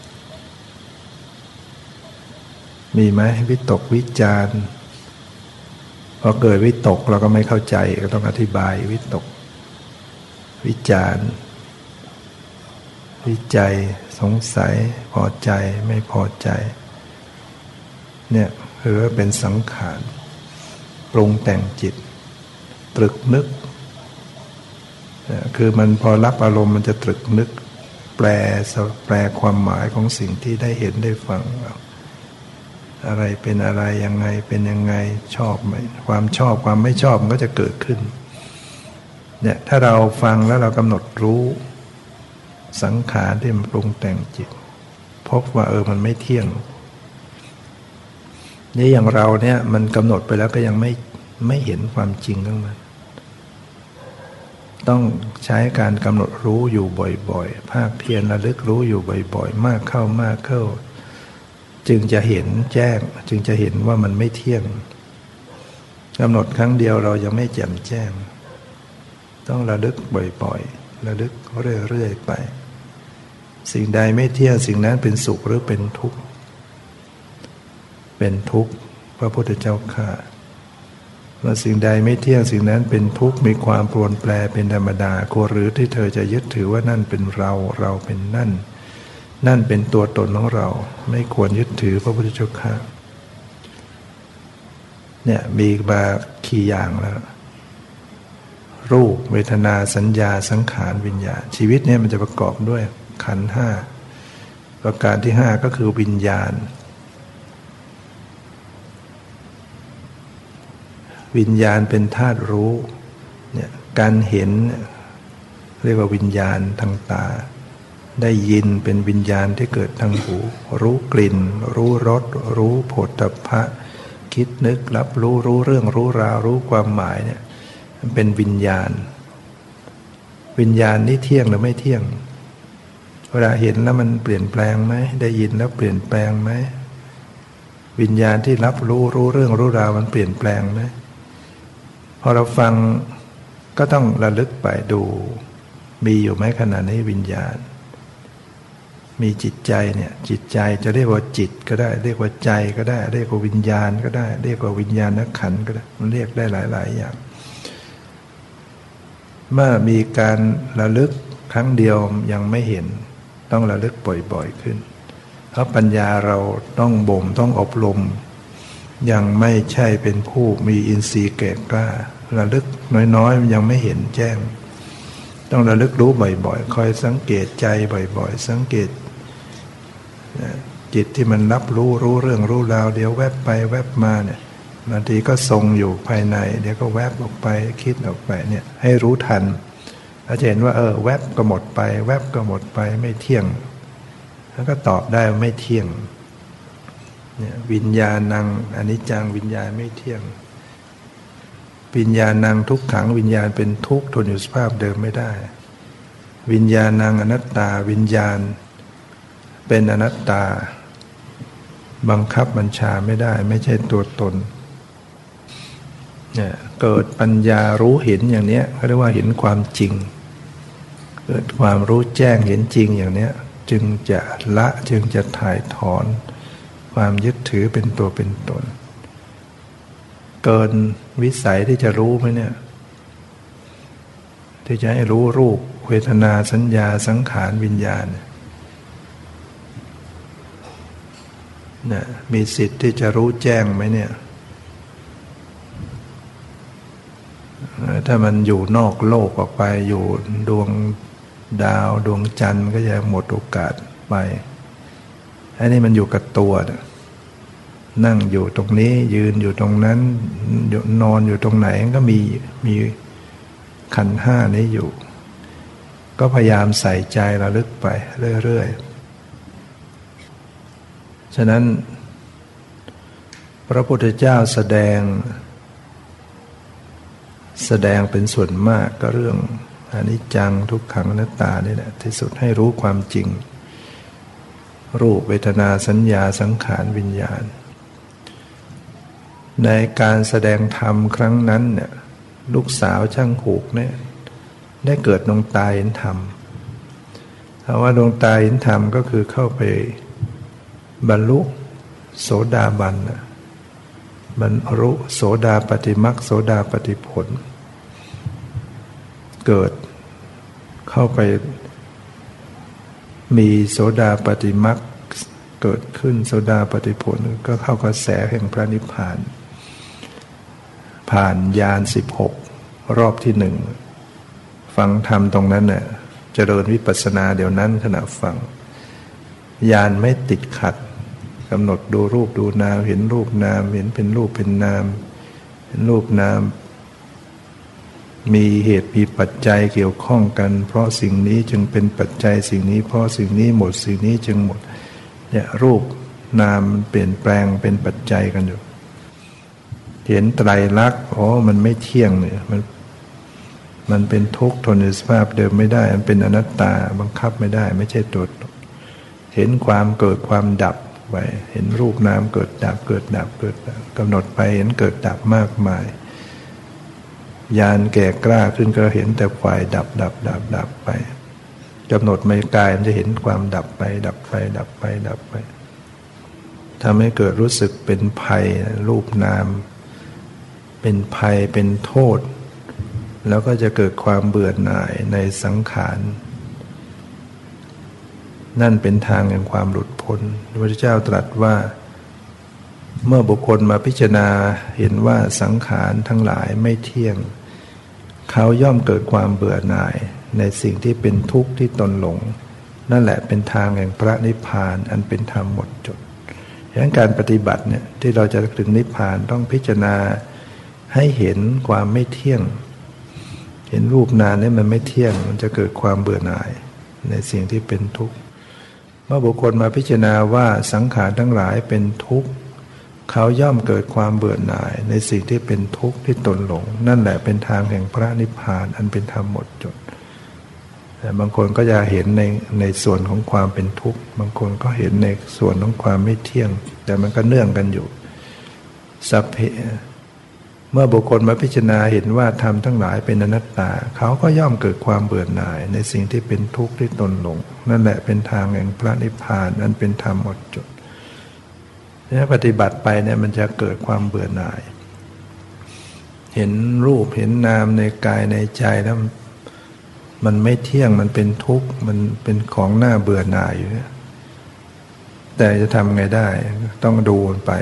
มีไหมวิตกวิจารณ์พอเกิดวิตกเราก็ไม่เข้าใจก็ต้องอธิบายวิตกวิจารณ์วิจัยสงสัยพอใจไม่พอใจเนี่ยคือว่าเป็นสังขารปรุงแต่งจิตตรึกนึกคือมันพอรับอารมณ์มันจะตรึกนึกแปลความหมายของสิ่งที่ได้เห็นได้ฟังอะไรเป็นอะไรยังไงเป็นยังไงชอบไหมความชอบความไม่ชอบมันก็จะเกิดขึ้นเนี่ยถ้าเราฟังแล้วเรากำหนดรู้สังขารที่มันปรุงแต่งจิตพบว่ามันไม่เที่ยงนี่อย่างเราเนี่ยมันกำหนดไปแล้วก็ยังไม่เห็นความจริงของมันต้องใช้การกำหนดรู้อยู่บ่อยๆภาคเพียรระลึกรู้อยู่บ่อยๆมากเข้าจึงจะเห็นแจ้งจึงจะเห็นว่ามันไม่เที่ยงกำหนดครั้งเดียวเรายังไม่แจ่มแจ้งต้องระลึกบ่อยๆระลึกเรื่อยๆไปสิ่งใดไม่เที่ยงสิ่งนั้นเป็นสุขหรือเป็นทุกข์เป็นทุกข์พระพุทธเจ้าข้าว่าสิ่งใดไม่เที่ยงสิ่งนั้นเป็นทุกข์มีความปรวนแปรเป็นธรรมดาควรหรือที่เธอจะยึดถือว่านั่นเป็นเราเราเป็นนั่นเป็นตัวตนของเราไม่ควรยึดถือพระพุทธเจ้าข้าเนี่ยมีมากี่อย่างแล้วรูปเวทนาสัญญาสังขารวิญญาณชีวิตเนี่ยมันจะประกอบด้วยขันธ์ห้าประการที่ห้าก็คือวิญญาณวิญญาณเป็นธาตุรู้เนี่ยการเห็นเรียกว่าวิญญาณทางตาได้ยินเป็นวิญญาณที่เกิดทางหูรู้กลิ่นรู้รสรู้โผฏฐัพพะคิดนึกรับรู้เรื่องรู้ราวรู้ความหมายเนี่ยมันเป็นวิญญาณวิญญาณนี้เที่ยงหรือไม่เที่ยงเวลาเห็นแล้วมันเปลี่ยนแปลงไหมได้ยินแล้วเปลี่ยนแปลงไหมวิญญาณที่รับรู้เรื่องรู้ราวมันเปลี่ยนแปลงไหมพอเราฟังก็ต้องระลึกไปดูมีอยู่ไหมขณะนี้วิญญาณมีจิตใจเนี่ยจิตใจจะเรียกว่าจิตก็ได้เรียกว่าใจก็ได้เรียกว่าวิญญาณก็ได้เรียกว่าวิญญาณขันธ์ก็ได้มันเรียกได้หลายอย่างเมื่อมีการระลึกครั้งเดียวยังไม่เห็นต้องระลึกบ่อยๆขึ้นเพราะปัญญาเราต้องบ่มต้องอบรมยังไม่ใช่เป็นผู้มีอินทรีย์แก่กล้าระลึกน้อยๆยังไม่เห็นแจ้งต้องระลึกรู้บ่อยๆคอยสังเกตใจบ่อยๆสังเกตจิตที่มันรับรู้เรื่องรู้ราวเดี๋ยวแวบไปแวบมาเนี่ยบางทีก็ทรงอยู่ภายในเดี๋ยวก็แวบออกไปคิดออกไปเนี่ยให้รู้ทันแล้วจะเห็นว่าแวบก็หมดไปแวบก็หมดไปไม่เที่ยงแล้วก็ตอบได้ว่าไม่เที่ยงเนี่ยวิญญาณังอนิจจังวิญญาณไม่เที่ยงวิญญาณังทุกขังวิญญาณเป็นทุกข์ทนอยู่สภาพเดิมไม่ได้วิญญาณังอนัตตาวิญญาณเป็นอนัตตาบังคับบัญชาไม่ได้ไม่ใช่ตัวตนเนี่ยเกิดปัญญารู้เห็นอย่างนี้เขาเรียกว่าเห็นความจริงเกิดความรู้แจ้งเห็นจริงอย่างนี้จึงจะละจึงจะถ่ายถอนความยึดถือเป็นตัวเป็นตนเกินวิสัยที่จะรู้ไหมเนี่ยที่จะให้รู้รูปเวทนาสัญญาสังขารวิญญาณเนี่ยมีสิทธิ์ที่จะรู้แจ้งไหมเนี่ยถ้ามันอยู่นอกโลกออกไปอยู่ดวงดาวดวงจันทร์ก็จะหมดโอกาสไปอันนี้มันอยู่กับตัวนั่งอยู่ตรงนี้ยืนอยู่ตรงนั้นนอนอยู่ตรงไหนก็มีขันธ์ห้านี้อยู่ก็พยายามใส่ใจระลึกไปเรื่อยๆฉะนั้นพระพุทธเจ้าแสดงเป็นส่วนมากก็เรื่องอนิจจังทุกขังอนัตตานี่แหละที่สุดให้รู้ความจริงรูปเวทนาสัญญาสังขารวิญญาณในการแสดงธรรมครั้งนั้นเนี่ยลูกสาวช่างหูกเนี่ยได้เกิดดวงตาเห็นธรรมคำว่าดวงตาเห็นธรรมก็คือเข้าไปบรรลุโสดาบันบรรลุโสดาปัตติมรรคโสดาปัตติผลเกิดเข้าไปมีโสดาปัตติมรรคเกิดขึ้นโสดาปัตติผลก็เข้ากระแสแห่งพระนิพพานผ่านญาณ16รอบที่1ฟังธรรมตรงนั้นเนี่ยเจริญวิปัสสนาเดี๋ยวนั้นขณะฟังญาณไม่ติดขัดกำหนดดูรูปดูนามเห็นรูปนามเห็นเป็นรูปเป็นนามเห็นรูปนามมีเหตุมีปัจจัยเกี่ยวข้องกันเพราะสิ่งนี้จึงเป็นปัจจัยสิ่งนี้เพราะสิ่งนี้หมดสิ่งนี้จึงหมดเนี่ยรูปนามเปลี่ยนแปลงเป็นปัจจัยกันอยู่เห็นไตรลักษณ์มันไม่เที่ยงเนี่ยมันเป็นทุกข์ทนในสภาพเดิมไม่ได้มันเป็นอนัตตาบังคับไม่ได้ไม่ใช่ตัวตนเห็นความเกิดความดับไปเห็นรูปนามเกิดดับเกิดดับเกิดดับกำหนดไปเห็นเกิดดับมากมายญาณแก่กล้าขึ้นก็เห็นแต่ฝ่ายดับไปกำหนดไม่กายมันจะเห็นความดับไปดับไปทำให้เกิดรู้สึกเป็นภัยรูปนามเป็นภัยเป็นโทษแล้วก็จะเกิดความเบื่อหน่ายในสังขารนั่นเป็นทางแห่งความหลุดพ้นพระพุทธเจ้าตรัสว่าเมื่อบุคคลมาพิจารณาเห็นว่าสังขารทั้งหลายไม่เที่ยงเขาย่อมเกิดความเบื่อหน่ายในสิ่งที่เป็นทุกข์ที่ตนหลงนั่นแหละเป็นทางแห่งพระนิพพานอันเป็นธรรมหมดจดดังนั้นการปฏิบัติเนี่ยที่เราจะถึงนิพพานต้องพิจารณาให้เห็นความไม่เที่ยงเห็นรูปนามเนี่ยมันไม่เที่ยงมันจะเกิดความเบื่อหน่ายในสิ่งที่เป็นทุกข์เมื่อบุคคลมาพิจารณาว่าสังขารทั้งหลายเป็นทุกข์เขาย่อมเกิดความเบื่อหน่ายในสิ่งที่เป็นทุกข์ที่ตนหลงนั่นแหละเป็นทางแห่งพระนิพพานอันเป็นธรรมหมดจดแต่บางคนก็จะเห็นในส่วนของความเป็นทุกข์บางคนก็เห็นในส่วนของความไม่เที่ยงแต่มันก็เนื่องกันอยู่สัพเพเมื่อบุคคลมาพิจารณาเห็นว่าธรรมทั้งหลายเป็นอนัตตาเขาก็ย่อมเกิดความเบื่อหน่ายในสิ่งที่เป็นทุกข์ที่ตนหลงนั่นแหละเป็นทางแห่งพระนิพพานอันเป็นธรรมหมดจดถ้าปฏิบัติไปเนี่ยมันจะเกิดความเบื่อหน่ายเห็นรูปเห็นนามในกายในใจแล้วมันไม่เที่ยงมันเป็นทุกข์มันเป็นของหน้าเบื่อหน่ายอยู่เนี่ยแต่จะทำไงได้ต้องดูมันไป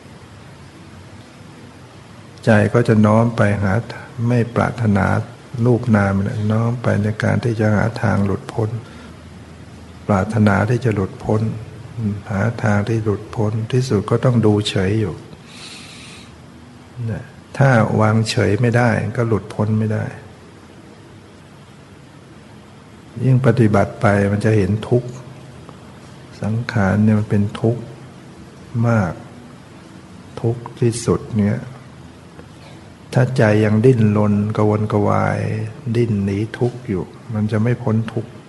ใจก็จะน้อมไปหาไม่ปรารถนารูปนามน้อมไปในการที่จะหาทางหลุดพ้นปรารถนาที่จะหลุดพ้นหาทางที่หลุดพ้นที่สุดก็ต้องดูเฉยอยู่ถ้าวางเฉยไม่ได้ก็หลุดพ้นไม่ได้ยิ่งปฏิบัติไปมันจะเห็นทุกข์สังขารเนี่ยมันเป็นทุกข์มากทุกข์ที่สุดเนี่ยถ้าใจยังดิ้นรนกระวนกระวายดิ้นหนีทุกข์อยู่มันจะไม่พ้นทุกข์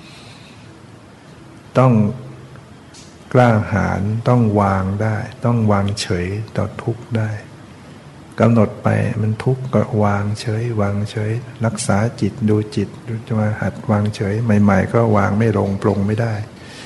ต้องกล้าหาญต้องวางได้ต้องวางเฉยต่อทุกข์ได้กำหนดไปมันทุกข์ก็วางเฉยวางเฉยรักษาจิตดูจิตดูจะมาหัดวางเฉยใหม่ๆก็วางไม่ลงปลงไม่ได้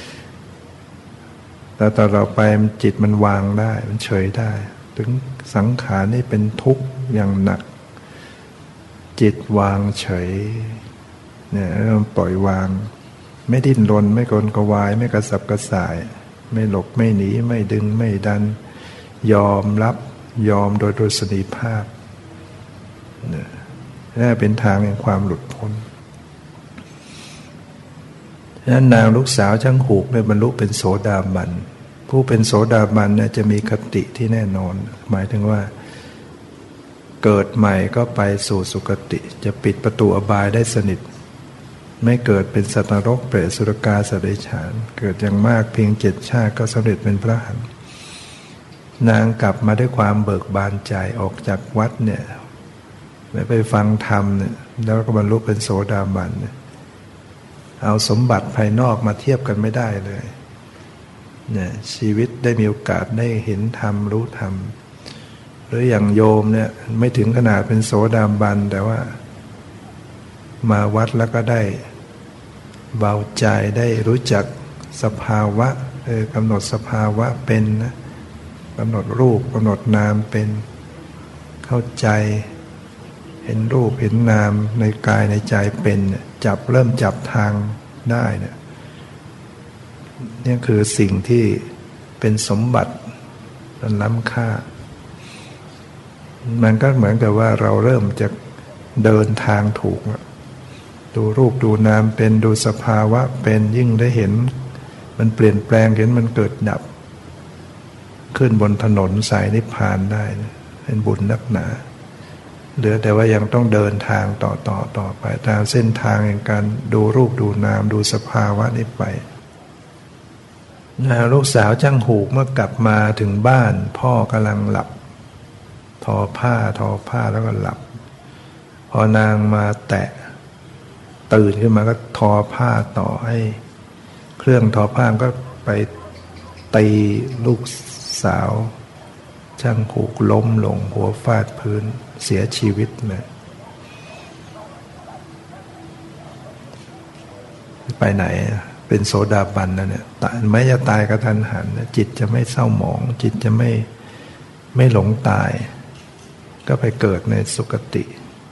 แต่ต่อไปจิตมันวางได้มันเฉยได้ถึงสังขารนี่เป็นทุกข์อย่างหนักจิตวางเฉยเนี่ยปล่อยวางไม่ดิ้นรนไม่กลนกวายไม่กระสับกระส่ายไม่หลบไม่หนีไม่ดึงไม่ดันยอมรับยอมโดยสนิภาพนี่เป็นทางแห่งความหลุดพ้นฉะนั้นนางลูกสาวช่างหูกได้บรรลุเป็นโสดาบันผู้เป็นโสดาบันเนี่ยจะมีคติที่แน่นอนหมายถึงว่าเกิดใหม่ก็ไปสู่สุคติจะปิดประตูอบายได้สนิทไม่เกิดเป็นสัตว์นรกเปรตอสุรกายสัตว์เดรัจฉานเกิดอย่างมากเพียง7 ชาติก็สำเร็จเป็นพระอรหันต์นางกลับมาด้วยความเบิกบานใจออกจากวัดเนี่ยไปฟังธรรมเนี่ยแล้วก็บรรลุเป็นโสดาบันเนี่ยเอาสมบัติภายนอกมาเทียบกันไม่ได้เลยเนี่ยชีวิตได้มีโอกาสได้เห็นธรรมรู้ธรรมหรืออย่างโยมเนี่ยไม่ถึงขนาดเป็นโสดาบันแต่ว่ามาวัดแล้วก็ได้เบาใจได้รู้จักสภาวะกำหนดสภาวะเป็นนะกำหนดรูปกำหนดนามเป็นเข้าใจเห็นรูปเห็นนามในกายในใจเป็นเริ่มจับทางได้เนี่ยนี่คือสิ่งที่เป็นสมบัติอันล้ำค่ามันก็เหมือนกับว่าเราเริ่มจะเดินทางถูกดูรูปดูนามเป็นดูสภาวะเป็นยิ่งได้เห็นมันเปลี่ยนแปลงเห็นมันเกิดดับขึ้นบนถนนสายนิพพานได้เป็นบุญนักหนาเหลือแต่ว่ายังต้องเดินทางต่อไปตามเส้นทางแห่งการดูรูปดูนามดูสภาวะนี้ไปลูกสาวช่างหูกเมื่อกลับมาถึงบ้านพ่อกำลังหลับทอผ้าแล้วก็หลับพอนางมาแตะตื่นขึ้นมาก็ทอผ้าต่อให้เครื่องทอผ้าก็ไปตีลูกสาวช่างหูกล้มลงหัวฟาดพื้นเสียชีวิตเลยไปไหนเป็นโสดาบันนะเนี่ยแม้จะตายกระทันหันจิตจะไม่เศร้าหมองจิตจะไม่หลงตายก็ไปเกิดในสุคติ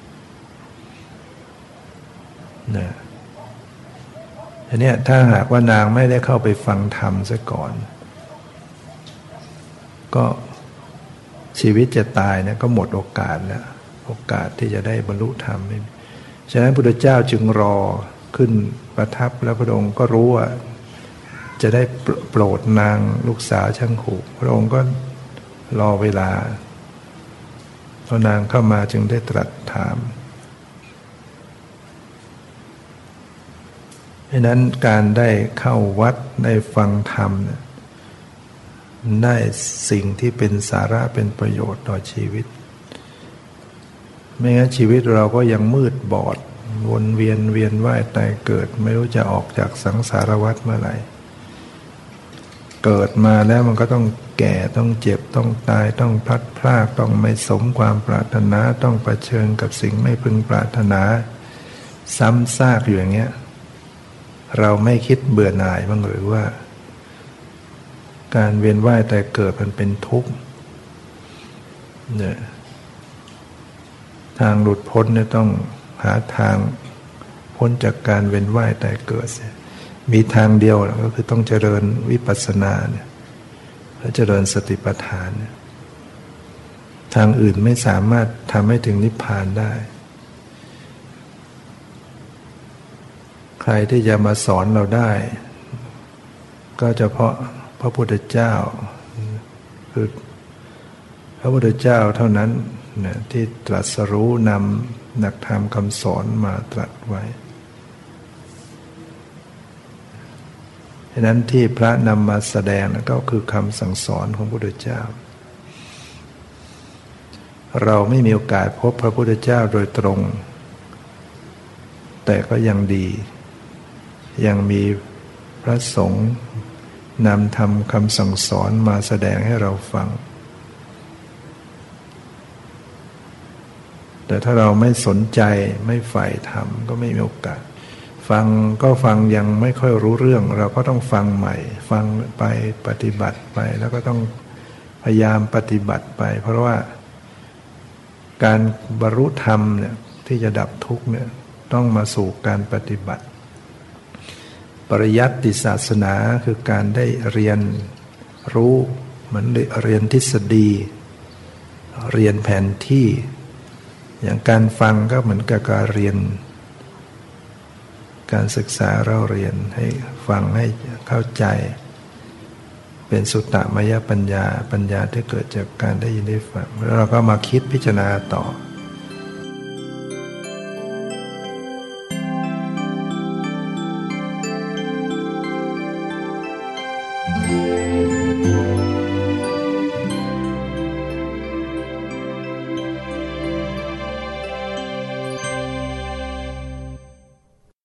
นะอันนี้ถ้าหากว่านางไม่ได้เข้าไปฟังธรรมซะก่อนก็ชีวิตจะตายนะก็หมดโอกาสแล้วโอกาสที่จะได้บรรลุธรรมฉะนั้นพระพุทธเจ้าจึงรอขึ้นประทับแล้วพระองค์ก็รู้ว่าจะได้โปรดนางลูกสาวช่างหูกพระองค์ก็รอเวลาพอนางเข้ามาจึงได้ตรัสถามเพราะนั้นการได้เข้าวัดได้ฟังธรรมได้สิ่งที่เป็นสาระเป็นประโยชน์ต่อชีวิตไม่งั้นชีวิตเราก็ยังมืดบอดวนเวียนว่ายตายเกิดไม่รู้จะออกจากสังสารวัฏเมื่อไหร่เกิดมาแล้วมันก็ต้องแก่ต้องเจ็บต้องตายต้องพลัดพรากต้องไม่สมความปรารถนาต้องเผชิญกับสิ่งไม่พึงปรารถนาซ้ำซากอยู่อย่างเงี้ยเราไม่คิดเบื่อหน่ายบ้างหรือว่าการเวียนว่ายแต่เกิดมันเป็นทุกข์เนี่ยทางหลุดพ้นเนี่ยต้องหาทางพ้นจากการเวียนว่ายแต่เกิดมีทางเดียวก็คือต้องเจริญวิปัสสนาเนี่ยและเจริญสติปัฏฐานเนี่ยทางอื่นไม่สามารถทำให้ถึงนิพพานได้ใครที่จะมาสอนเราได้ก็เฉพาะพระพุทธเจ้าคือพระพุทธเจ้าเท่านั้นนะที่ตรัสรู้นำหลักธรรมคำสอนมาตรัสไว้ฉะนั้นที่พระนำมาแสดงก็คือคำสั่งสอนของพระพุทธเจ้าเราไม่มีโอกาสพบพระพุทธเจ้าโดยตรงแต่ก็ยังดียังมีพระสงฆ์นำธรรมคำสั่งสอนมาแสดงให้เราฟังแต่ถ้าเราไม่สนใจไม่ใฝ่ธรรมก็ไม่มีโอกาสฟังก็ฟังยังไม่ค่อยรู้เรื่องเราก็ต้องฟังใหม่ฟังไปปฏิบัติไปแล้วก็ต้องพยายามปฏิบัติไปเพราะว่าการบรรลุธรรมเนี่ยที่จะดับทุกข์เนี่ยต้องมาสู่การปฏิบัติปริยัติศาสนาคือการได้เรียนรู้เหมือนเรียนทฤษฎีเรียนแผนที่อย่างการฟังก็เหมือนกับการเรียนการศึกษาเราเรียนให้ฟังให้เข้าใจเป็นสุตตมยปัญญาที่เกิดจากการได้ยินได้ฟังแล้วเราก็มาคิดพิจารณาต่อ